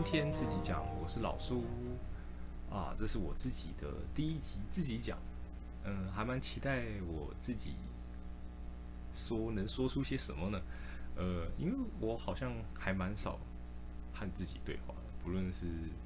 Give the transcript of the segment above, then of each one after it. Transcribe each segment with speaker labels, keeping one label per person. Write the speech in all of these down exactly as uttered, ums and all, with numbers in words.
Speaker 1: 天天自己讲，我是老苏啊，这是我自己的第一集自己讲，嗯，还蛮期待我自己说能说出些什么呢？呃，因为我好像还蛮少和自己对话的，不论是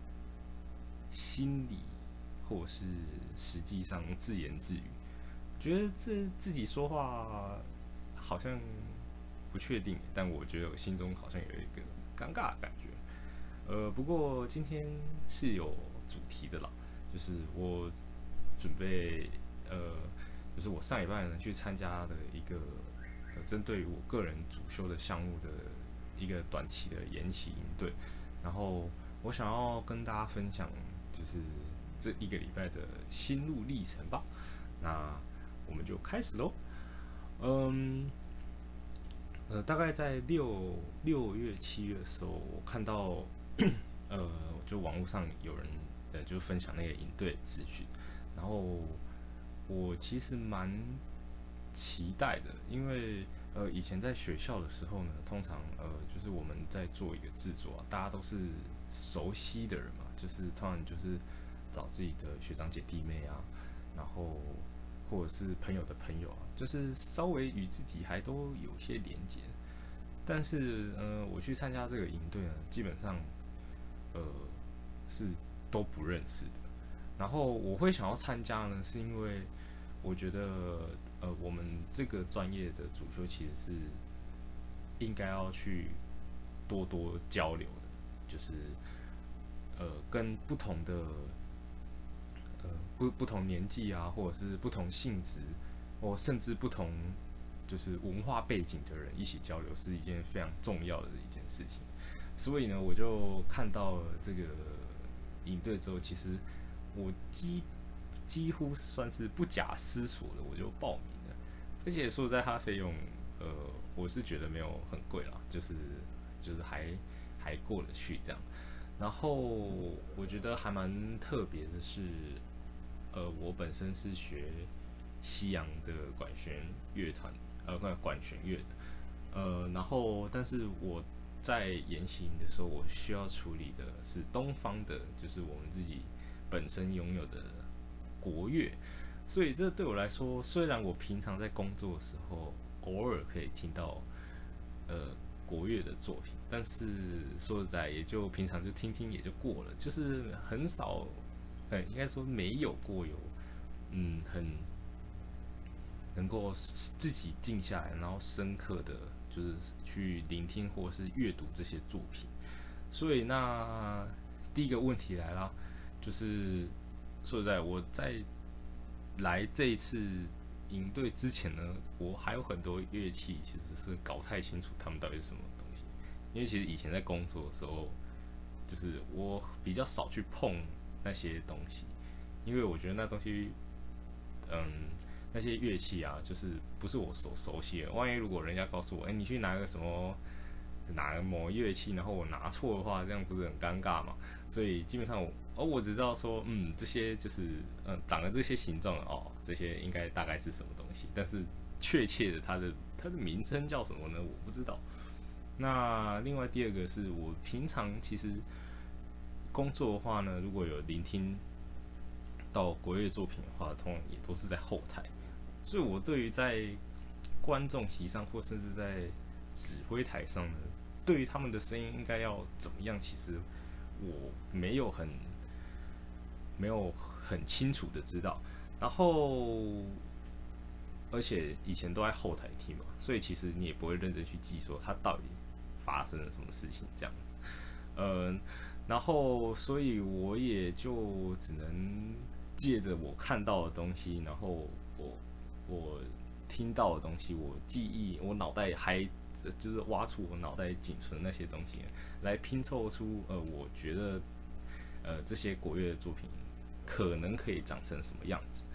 Speaker 1: 心理或是实际上自言自语，觉得这自己说话好像不确定，但我觉得我心中好像有一个尴尬的感觉。呃，不过今天是有主题的啦，就是我准备呃，就是我上礼拜呢去参加的一个呃，针对于我个人主修的项目的一个短期的研习营队，然后我想要跟大家分享，就是这一个礼拜的心路历程吧。那我们就开始喽。嗯，呃，大概在六六月七月的时候，我看到呃，就网络上有人呃就分享那个营队资讯，然后我其实蛮期待的，因为呃以前在学校的时候呢，通常呃就是我们在做一个制作、啊，大家都是熟悉的人嘛，就是通常就是找自己的学长姐弟妹啊，然后或者是朋友的朋友啊，就是稍微与自己还都有些连结。但是呃，我去参加这个营队呢，基本上呃是都不认识的。然后我会想要参加呢，是因为我觉得呃我们这个专业的主修其实是应该要去多多交流的，就是呃跟不同的呃不不同年纪啊，或者是不同性质，或甚至不同就是文化背景的人一起交流，是一件非常重要的一件事情。所以呢，我就看到了这个营队之后，其实我几几乎算是不假思索的，我就报名了。而且说实在，它费用，呃，我是觉得没有很贵啦，就是就是还还过得去这样。然后我觉得还蛮特别的是，呃，我本身是学西洋的管弦乐团，呃，管弦乐的，呃，然后但是我在研习的时候，我需要处理的是东方的，就是我们自己本身拥有的国乐，所以这对我来说，虽然我平常在工作的时候偶尔可以听到呃国乐的作品，但是说实在，也就平常就听听也就过了，就是很少，呃，应该说没有过有嗯很能够自己静下来，然后深刻的就是去聆听或是阅读这些作品。所以那第一个问题来了，就是说实在，我在来这一次营队之前呢，我还有很多乐器其实是搞不太清楚他们到底是什么东西，因为其实以前在工作的时候，就是我比较少去碰那些东西，因为我觉得那东西，嗯，那些乐器啊，就是不是我所熟悉的。万一如果人家告诉我，哎、欸，你去拿个什么哪个某乐器，然后我拿错的话，这样不是很尴尬嘛？所以基本上我，哦，我只知道说，嗯，这些就是，嗯，长了这些形状，哦，这些应该大概是什么东西，但是确切的它的它的名称叫什么呢？我不知道。那另外第二个是我平常其实工作的话呢，如果有聆听到国乐作品的话，通常也都是在后台，所以我对于在观众席上或甚至在指挥台上呢，对于他们的声音应该要怎么样，其实我没有很没有很清楚的知道。然后，而且以前都在后台听嘛，所以其实你也不会认真去记说它到底发生了什么事情这样子。嗯、呃，然后所以我也就只能借着我看到的东西，然后我我听到的东西，我记忆，我脑袋还就是挖出我脑袋仅存那些东西，来拼凑出呃，我觉得呃这些国乐的作品可能可以长成什么样子。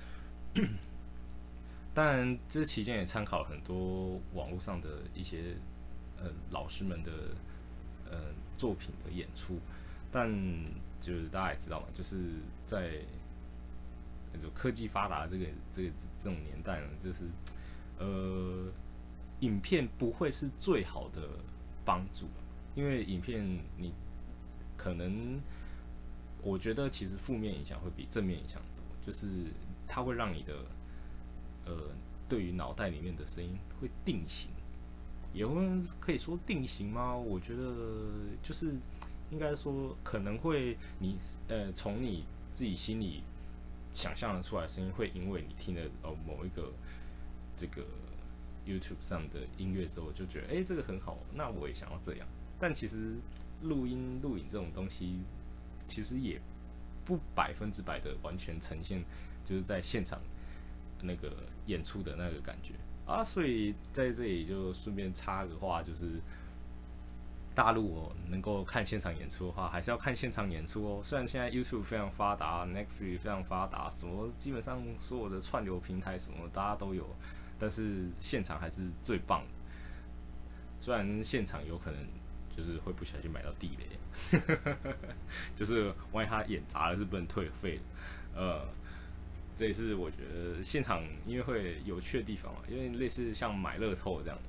Speaker 1: 当然，这期间也参考了很多网络上的一些呃老师们的呃作品的演出，但就是大家也知道嘛，就是在就科技发达这个这个这种年代呢，就是呃影片不会是最好的帮助，因为影片你可能我觉得其实负面影响会比正面影响多，就是它会让你的呃对于脑袋里面的声音会定型，也会可以说定型吗？我觉得就是应该说可能会你呃从你自己心里想象的出来的声音，会因为你听了呃某一个这个 YouTube 上的音乐之后，就觉得哎、欸、这个很好，那我也想要这样。但其实录音录影这种东西，其实也不百分之百的完全呈现，就是在现场那个演出的那个感觉啊。所以在这里就顺便插个话，就是大陆哦，能够看现场演出的话，还是要看现场演出哦。虽然现在 YouTube 非常发达 ，Netflix 非常发达，什么基本上所有的串流平台什么大家都有，但是现场还是最棒的。虽然现场有可能就是会不小心买到地雷，就是万一他演砸了是不能退费的。呃，这也是我觉得现场音乐会有趣的地方嘛，因为类似像买乐透这样。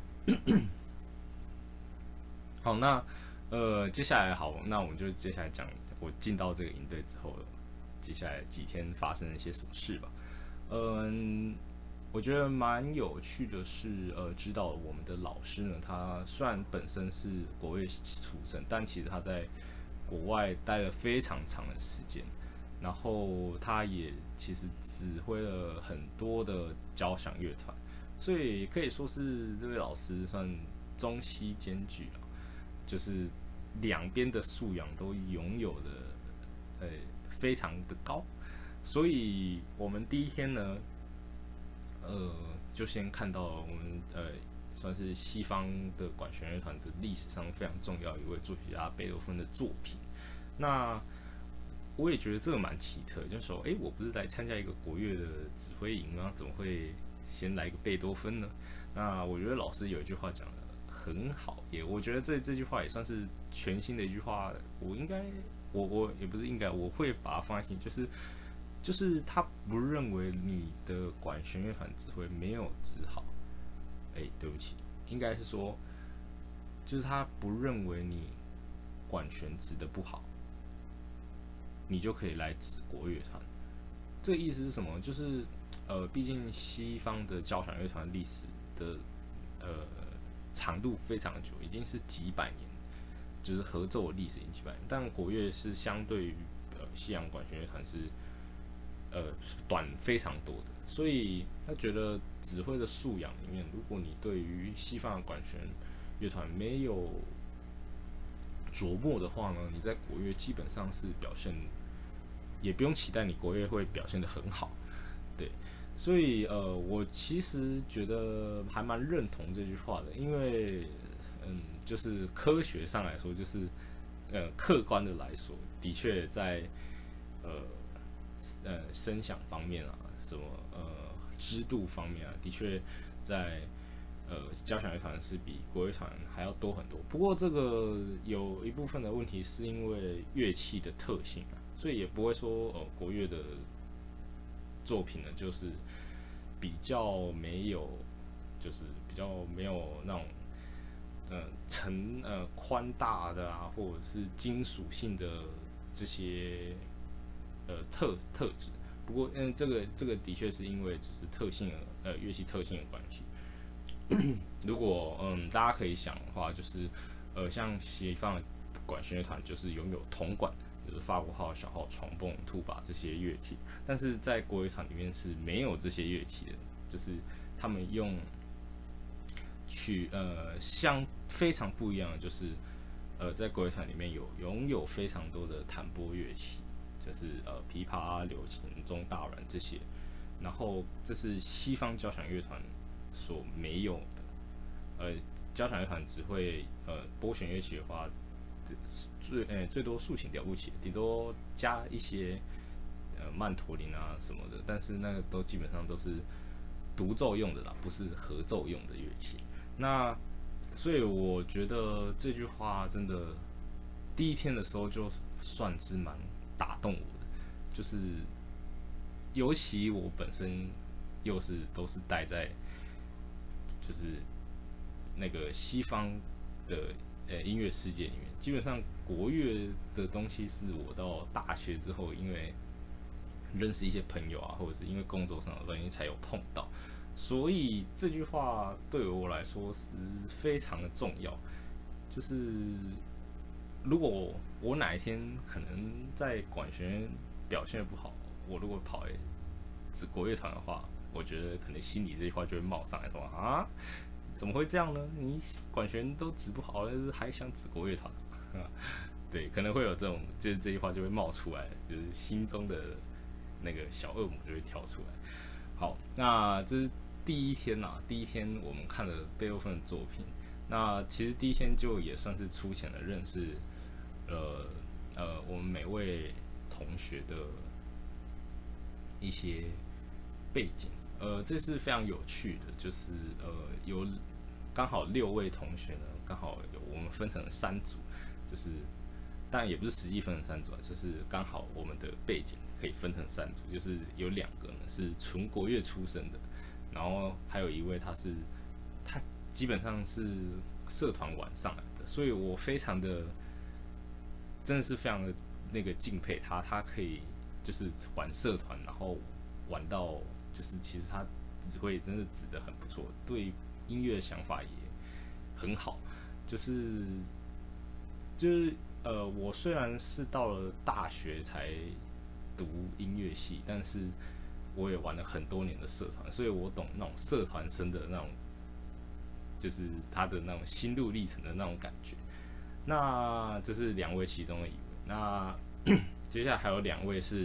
Speaker 1: 好，那呃，接下来好，那我们就接下来讲我进到这个营队之后了，接下来几天发生了一些什么事吧。嗯，我觉得蛮有趣的是，呃，知道我们的老师呢，他虽然本身是国乐出身，但其实他在国外待了非常长的时间，然后他也其实指挥了很多的交响乐团，所以可以说是这位老师算中西兼具了。就是两边的素养都拥有的，呃，非常的高，所以我们第一天呢，呃，就先看到我们呃，算是西方的管弦乐团的历史上非常重要一位作曲家贝多芬的作品。那我也觉得这个蛮奇特，就是说，哎，我不是来参加一个国乐的指挥营吗？怎么会先来一个贝多芬呢？那我觉得老师有一句话讲的很好，也我觉得这这句话也算是全新的一句话。我应该，我我也不是应该，我会把它放在心，就是就是他不认为你的管弦乐团指挥没有指好，哎，对不起，应该是说，就是他不认为你管弦指的不好，你就可以来指国乐团。这个意思是什么？就是呃，毕竟西方的交响乐团历史的呃。长度非常久，已经是几百年，就是合奏的历史已经几百年。但国乐是相对于呃西洋管弦乐团是呃短非常多的，所以他觉得指挥的素养里面，如果你对于西方的管弦乐团没有琢磨的话呢，你在国乐基本上是表现，也不用期待你国乐会表现得很好，对。所以呃，我其实觉得还蛮认同这句话的，因为嗯，就是科学上来说，就是呃客观的来说，的确在呃呃声响方面啊，什么呃支度方面啊，的确在呃交响乐团是比国乐团还要多很多。不过这个有一部分的问题是因为乐器的特性啊，所以也不会说呃国乐的作品呢，就是比较没有，就是比较没有那种，呃，层呃宽大的啊，或者是金属性的这些呃特特质。不过，嗯，这个这个的确是因为就是特性的呃乐器特性的关系。如果嗯大家可以想的话，就是呃像西方的管弦乐团就是拥有铜管。就是法国号、小号、床泵、兔把这些乐器，但是在国乐团里面是没有这些乐器的，就是他们用曲呃相非常不一样的，就是呃在国乐团里面有拥有非常多的弹拨乐器，就是呃琵琶、柳琴、中大阮这些，然后这是西方交响乐团所没有的，呃交响乐团只会呃拨弦乐器的话。最呃最多竖琴了不起，顶多加一些呃曼陀林啊什么的，但是那个都基本上都是独奏用的啦，不是合奏用的乐器。那所以我觉得这句话真的第一天的时候就算是蛮打动我的，就是尤其我本身又是都是待在就是那个西方的呃音乐世界里面，基本上国乐的东西是我到大学之后，因为认识一些朋友啊，或者是因为工作上的关系才有碰到，所以这句话对我来说是非常的重要。就是如果我哪一天可能在管弦乐表现的不好，我如果跑来指国乐团的话，我觉得可能心里这句话就会冒上来说啊，怎么会这样呢？你管弦都指不好了，还想指国乐团？对，可能会有这种，这这句话就会冒出来，就是心中的那个小恶魔就会跳出来。好，那这是第一天啊，第一天我们看了贝多芬的作品。那其实第一天就也算是粗浅的认识了呃我们每位同学的一些背景，呃，这是非常有趣的，就是呃有刚好六位同学呢，刚好有我们分成三组，就是但也不是实际分成三组啊，就是刚好我们的背景可以分成三组，就是有两个呢是纯国乐出身的，然后还有一位他是他基本上是社团玩上来的，所以我非常的真的是非常的那个敬佩他，他可以就是玩社团，然后玩到就是其实他指挥真的指得很不错，对音乐的想法也很好，就是就是呃，我虽然是到了大学才读音乐系，但是我也玩了很多年的社团，所以我懂那种社团生的那种，就是他的那种心路历程的那种感觉。那这是两位其中的一位，那接下来还有两位是，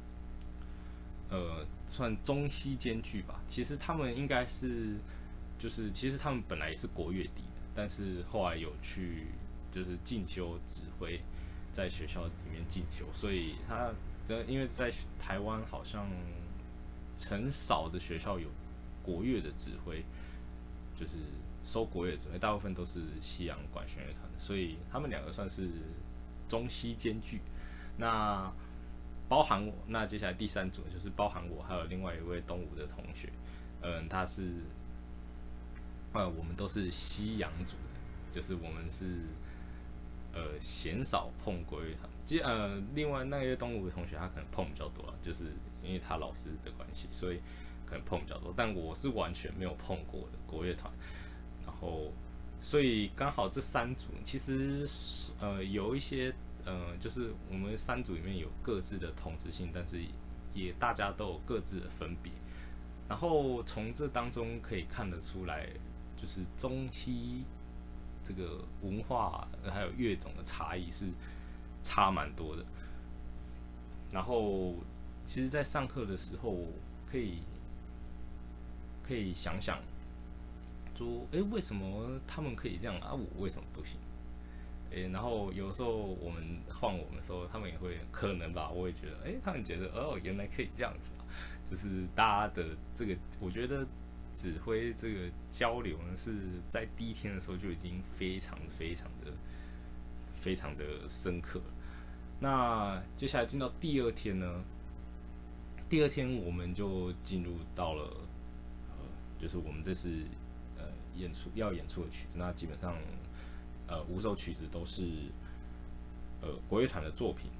Speaker 1: 呃，算中西兼具吧。其实他们应该是，就是其实他们本来也是国乐底的，但是后来有去就是进修指挥，在学校里面进修，所以他因为在台湾好像很少的学校有国乐的指挥，就是收国乐指挥，大部分都是西洋管弦乐团的，所以他们两个算是中西兼具。那包含我，那接下来第三组就是包含我，还有另外一位东吴的同学，嗯，他是，呃，我们都是西洋组的，就是我们是呃鲜少碰国乐团，其实呃另外那位东吴的同学他可能碰比较多了，就是因为他老师的关系，所以可能碰比较多，但我是完全没有碰过的国乐团，然后所以刚好这三组其实呃有一些。呃，就是我们三组里面有各自的同质性，但是也大家都有各自的分别。然后从这当中可以看得出来，就是中西这个文化还有乐种的差异是差蛮多的。然后其实，在上课的时候，可以可以想想，说，哎，为什么他们可以这样啊？我为什么不行？欸、然后有时候我们换我们的时候，他们也会可能吧，我也觉得，哎、欸，他们觉得哦，原来可以这样子啊，就是大家的这个，我觉得指挥这个交流呢，是在第一天的时候就已经非常非常的非常的深刻了。那接下来进到第二天呢，第二天我们就进入到了，呃，就是我们这次呃演出要演出的曲子，那基本上。呃，五首曲子都是呃国乐团的作品，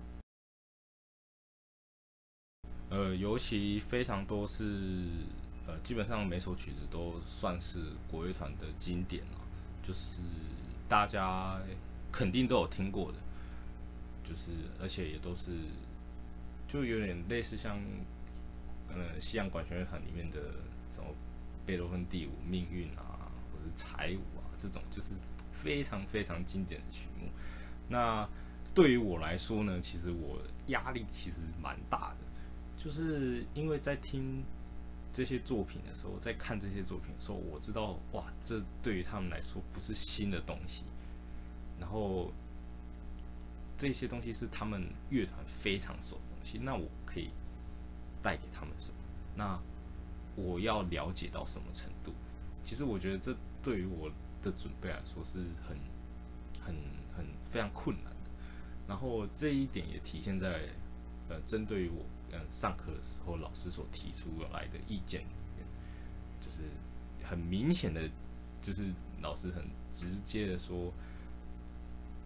Speaker 1: 呃，尤其非常多是呃，基本上每首曲子都算是国乐团的经典了，就是大家肯定都有听过的，就是而且也都是就有点类似像呃西洋管弦乐团里面的什么贝多芬第五命运啊，或者柴舞啊这种，就是。非常非常经典的曲目，那对于我来说呢，其实我压力其实蛮大的，就是因为在听这些作品的时候，在看这些作品的时候，我知道哇，这对于他们来说不是新的东西，然后这些东西是他们乐团非常熟的东西，那我可以带给他们什么？那我要了解到什么程度？其实我觉得这对于我。的准备来说是很、很、很非常困难的。然后这一点也体现在呃，针对于我呃上课的时候老师所提出来的意见里面，就是很明显的，就是老师很直接的说，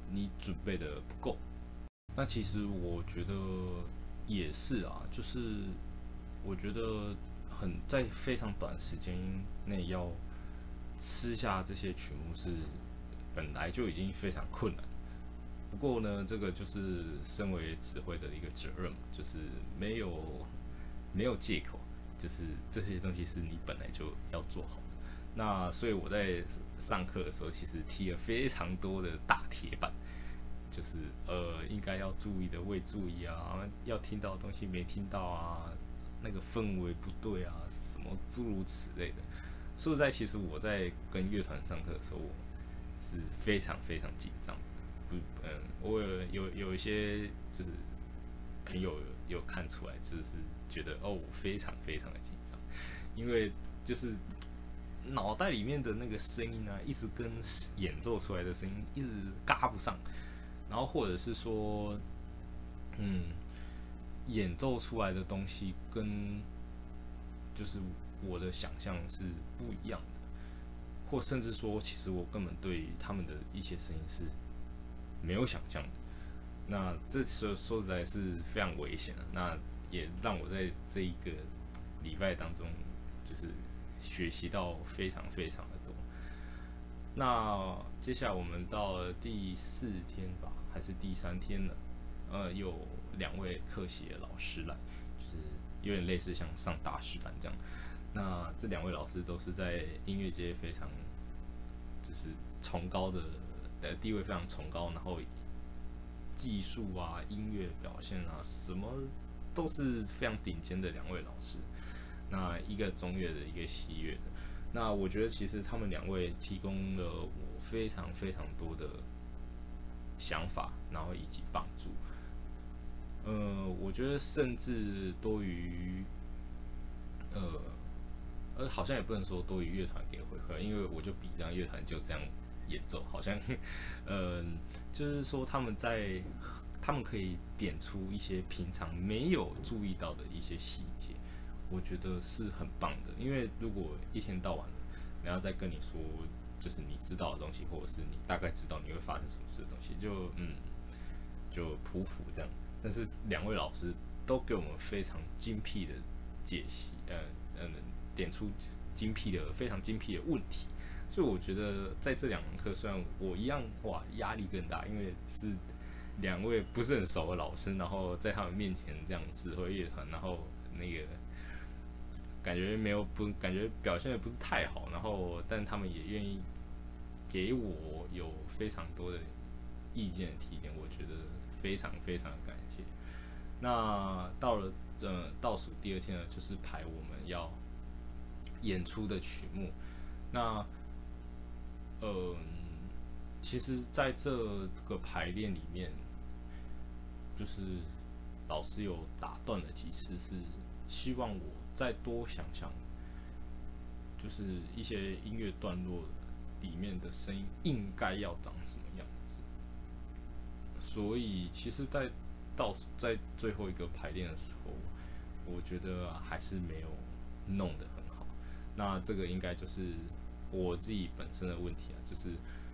Speaker 1: 你准备的不够。那其实我觉得也是啊，就是我觉得很在非常短时间内要吃下这些曲目是本来就已经非常困难。不过呢，这个就是身为指挥的一个责任嘛，就是没有没有借口，就是这些东西是你本来就要做好的。那所以我在上课的时候，其实踢了非常多的大铁板，就是呃应该要注意的未注意啊，要听到的东西没听到啊，那个氛围不对啊，什么诸如此类的。说实在，其实我在跟乐团上课的时候，我是非常非常紧张的。不，嗯，我有有有一些就是朋友有有看出来，就是觉得哦，我非常非常的紧张，因为就是脑袋里面的那个声音呢、啊，一直跟演奏出来的声音一直嘎不上，然后或者是说，嗯，演奏出来的东西跟就是我的想象是不一样的，或甚至说，其实我根本对他们的一些声音是没有想象的。那这说说实在是非常危险的。那也让我在这一个礼拜当中，就是学习到非常非常的多。那接下来我们到了第四天吧，还是第三天了？呃，有两位客席的老师来，就是有点类似像上大师班这样。那这两位老师都是在音乐界非常就是崇高的的地位非常崇高，然后技术啊、音乐表现啊，什么都是非常顶尖的两位老师。那一个中乐的，一个西乐的。那我觉得其实他们两位提供了我非常非常多的想法，然后以及帮助。呃，我觉得甚至多于呃呃，好像也不能说多于乐团给回馈，因为我就比这样乐团就这样演奏，好像呃，就是说他们在他们可以点出一些平常没有注意到的一些细节。我觉得是很棒的，因为如果一天到晚人家在跟你说，就是你知道的东西，或者是你大概知道你会发生什么事的东西，就嗯，就普普这样。但是两位老师都给我们非常精辟的解析，呃嗯，点出精辟的非常精辟的问题，所以我觉得在这两门课，虽然我一样哇压力更大，因为是两位不是很熟的老师，然后在他们面前这样指挥乐团，然后那个。感觉没有不，感觉表现的不是太好，然后但他们也愿意给我有非常多的意见提点，我觉得非常非常的感谢。那到了呃倒数第二天呢，就是排我们要演出的曲目。那呃，其实在这个排练里面，就是老师有打断了几次，是希望我再多想想，就是一些音乐段落里面的声音应该要长什么样子。所以，其实在到在最后一个排练的时候，我觉得还是没有弄得很好。那这个应该就是我自己本身的问题啊，就是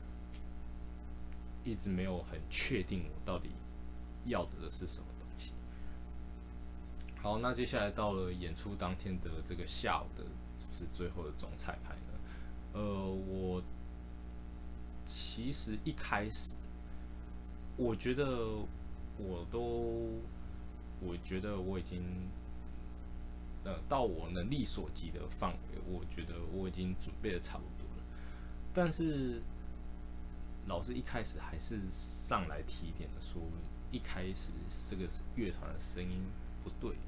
Speaker 1: 一直没有很确定我到底要的是什么东西。好，那接下来到了演出当天的这个下午的，就是最后的总彩排呢。呃，我其实一开始，我觉得我都，我觉得我已经，呃，到我能力所及的范围，我觉得我已经准备的差不多了。但是老师一开始还是上来提点的说，一开始这个乐团的声音不对。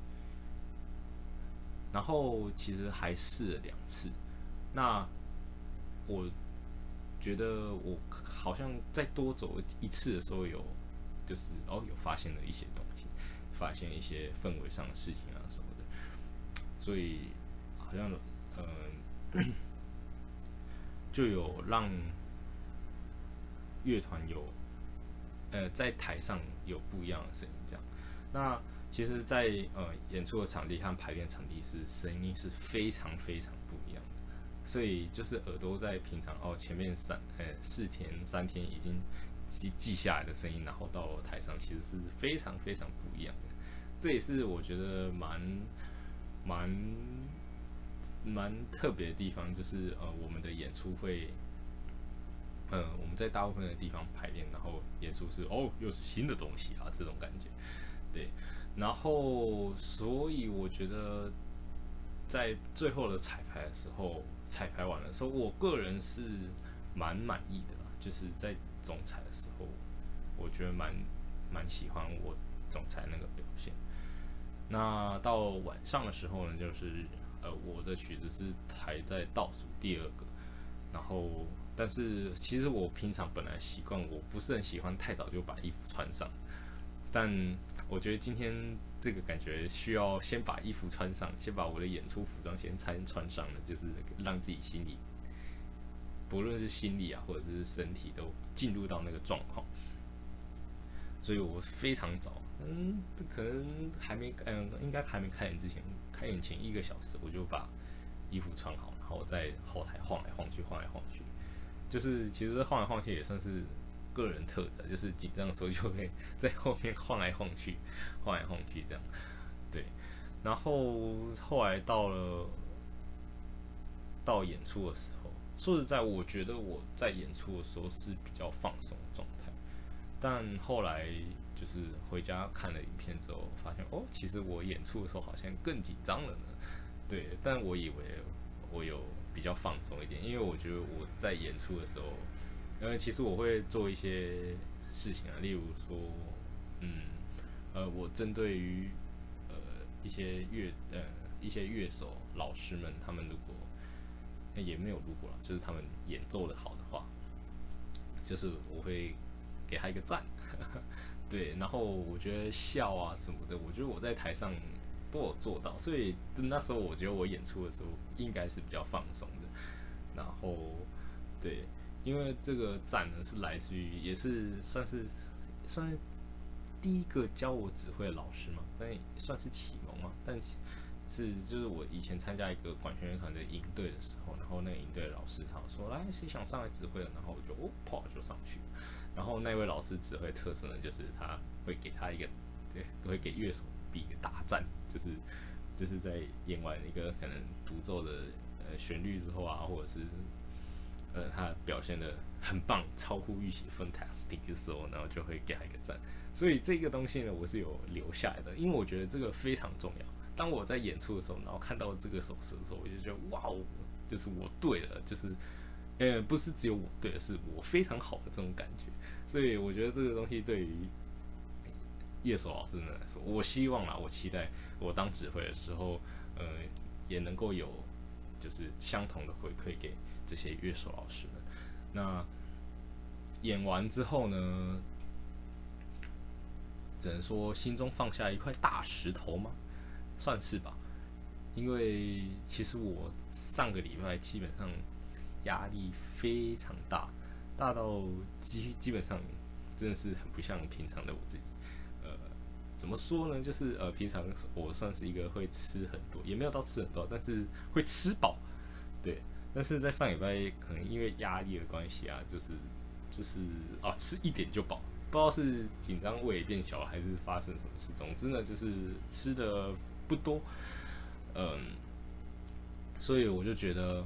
Speaker 1: 然后其实还试了两次，那我觉得我好像再多走一次的时候有，就是哦有发现了一些东西，发现一些氛围上的事情啊什么的，所以好像呃就有让乐团有呃在台上有不一样的声音这样。那其实在，在呃演出的场地和排练场地是声音是非常非常不一样的，所以就是耳朵在平常哦前面三呃四天三天已经记记下来的声音，然后到台上其实是非常非常不一样的。这也是我觉得蛮蛮蛮特别的地方，就是呃我们的演出会。嗯，我们在大部分的地方排练，然后演出是哦，又是新的东西啊，这种感觉，对。然后，所以我觉得在最后的彩排的时候，彩排完的时候，我个人是蛮满意的啦。就是在总彩的时候，我觉得蛮蛮喜欢我总裁那个表现。那到晚上的时候呢，就是呃，我的曲子是排在倒数第二个，然后。但是其实我平常本来习惯，我不是很喜欢太早就把衣服穿上。但我觉得今天这个感觉需要先把衣服穿上，先把我的演出服装先穿穿上了，就是让自己心里，不论是心理啊或者是身体都进入到那个状况。所以我非常早，嗯，可能还没，嗯，应该还没开演之前，开演前一个小时我就把衣服穿好，然后在后台晃来晃去，晃来晃去。就是其实晃来晃去也算是个人特质，就是紧张的时候就会在后面晃来晃去，晃来晃去这样。对，然后后来到了到演出的时候，说实在，我觉得我在演出的时候是比较放松的状态，但后来就是回家看了影片之后，发现哦，其实我演出的时候好像更紧张了呢。对，但我以为我有比较放松一点，因为我觉得我在演出的时候，呃，其实我会做一些事情啊，例如说，嗯，呃，我针对于呃一些乐呃一些乐手老师们，他们如果、欸、也没有如果啦，就是他们演奏的好的话，就是我会给他一个赞，对，然后我觉得笑啊什么的，我觉得我在台上都有做到，所以那时候我觉得我演出的时候应该是比较放松的。然后，对，因为这个赞呢是来自于，也是算是算是第一个教我指挥的老师嘛，但算是启蒙嘛，但是就是我以前参加一个管弦乐团的营队的时候，然后那个营队的老师他说来谁想上来指挥了，然后我就哦啪就上去，然后那位老师指挥特色呢就是他会给他一个，对，会给乐手比一个大赞，就是就是在演完一个可能独奏的呃旋律之后啊，或者是呃他表现的很棒，超乎预期 fantastic 的时候，然后就会给他一个赞。所以这个东西呢，我是有留下来的，因为我觉得这个非常重要。当我在演出的时候，然后看到这个手势的时候，我就觉得哇哦，就是我对了，就是呃不是只有我对了，是我非常好的这种感觉。所以我觉得这个东西对于乐手老师们来说，我希望啦，我期待我当指挥的时候，呃，也能够有就是相同的回馈给这些乐手老师们。那演完之后呢，只能说心中放下一块大石头吗？算是吧。因为其实我上个礼拜基本上压力非常大，大到基基本上真的是很不像平常的我自己。呃，怎么说呢？就是呃，平常我算是一个会吃很多，也没有到吃很多，但是会吃饱。对，但是在上礼拜可能因为压力的关系啊，就是就是啊，吃一点就饱。不知道是紧张胃变小了，还是发生什么事。总之呢，就是吃的不多，嗯，所以我就觉得，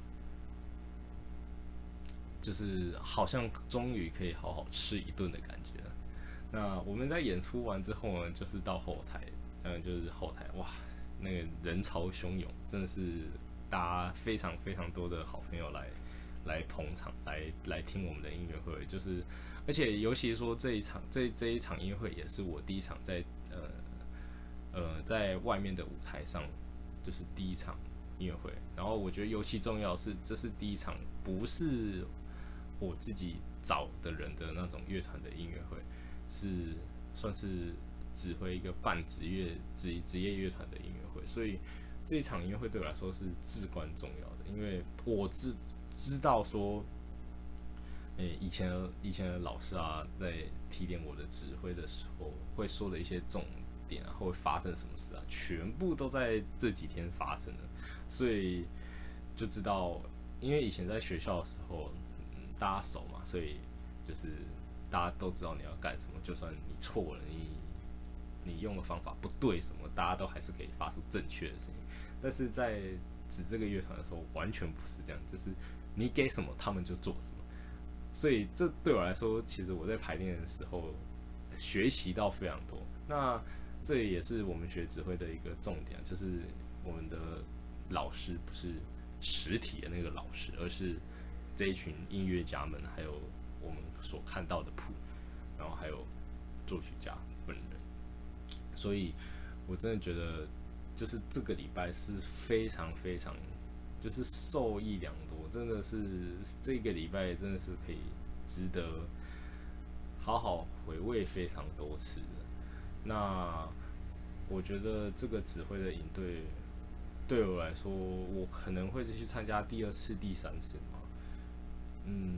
Speaker 1: 就是好像终于可以好好吃一顿的感觉了。那我们在演出完之后呢，就是到后台，嗯，就是后台，哇，那个人潮汹涌，真的是大家非常非常多的好朋友来来捧场，来来听我们的音乐会，就是。而且，尤其说这一场这这一场音乐会也是我第一场在呃呃在外面的舞台上，就是第一场音乐会。然后我觉得尤其重要的是，这是第一场不是我自己找的人的那种乐团的音乐会，是算是指挥一个半职业职职业乐团的音乐会。所以这一场音乐会对我来说是至关重要的，因为我知知道说。诶，以前以前的老师啊，在提点我的指挥的时候，会说的一些重点啊，会发生什么事啊，全部都在这几天发生了，所以就知道，因为以前在学校的时候，嗯，大家熟嘛，所以就是大家都知道你要干什么，就算你错了，你你用的方法不对什么，大家都还是可以发出正确的声音。但是在指这个乐团的时候，完全不是这样，就是你给什么，他们就做什么。所以这对我来说，其实我在排练的时候学习到非常多。那这也是我们学指挥的一个重点，就是我们的老师不是实体的那个老师，而是这一群音乐家们，还有我们所看到的谱，然后还有作曲家本人。所以我真的觉得，就是这个礼拜是非常非常，就是受益良多，真的是这个礼拜真的是可以值得好好回味非常多次的。那我觉得这个指挥的营队对我来说，我可能会继续参加第二次、第三次嘛。嗯，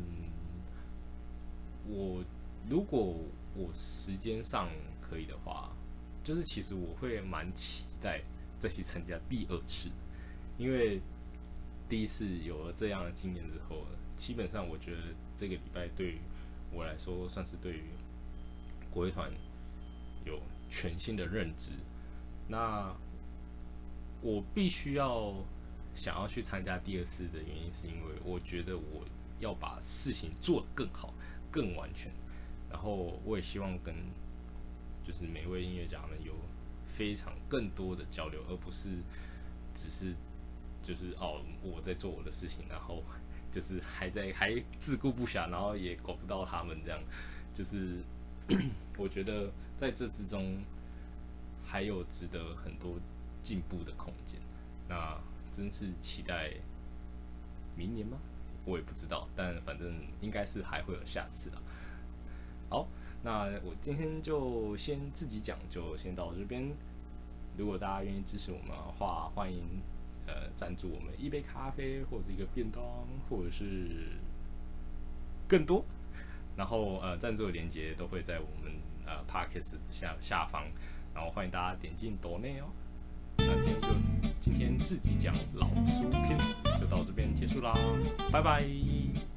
Speaker 1: 我如果我时间上可以的话，就是其实我会蛮期待再去参加第二次，因为第一次有了这样的经验之后，基本上我觉得这个礼拜对于我来说，算是对于国乐团有全新的认知。那我必须要想要去参加第二次的原因，是因为我觉得我要把事情做得更好、更完全，然后我也希望跟就是每位音乐家们有非常更多的交流，而不是只是就是哦我在做我的事情，然后就是还在还自顾不暇，然后也管不到他们这样，就是我觉得在这之中还有值得很多进步的空间。那真是期待明年吗？我也不知道，但反正应该是还会有下次啦。好，那我今天就先自己讲，就先到这边。如果大家愿意支持我们的话，欢迎呃赞助我们一杯咖啡，或者一个便当，或者是更多。然后呃赞助的连结都会在我们呃 podcast 下下方，然后欢迎大家点进抖内哦。那今天就今天自己讲老书篇就到这边结束啦，拜拜。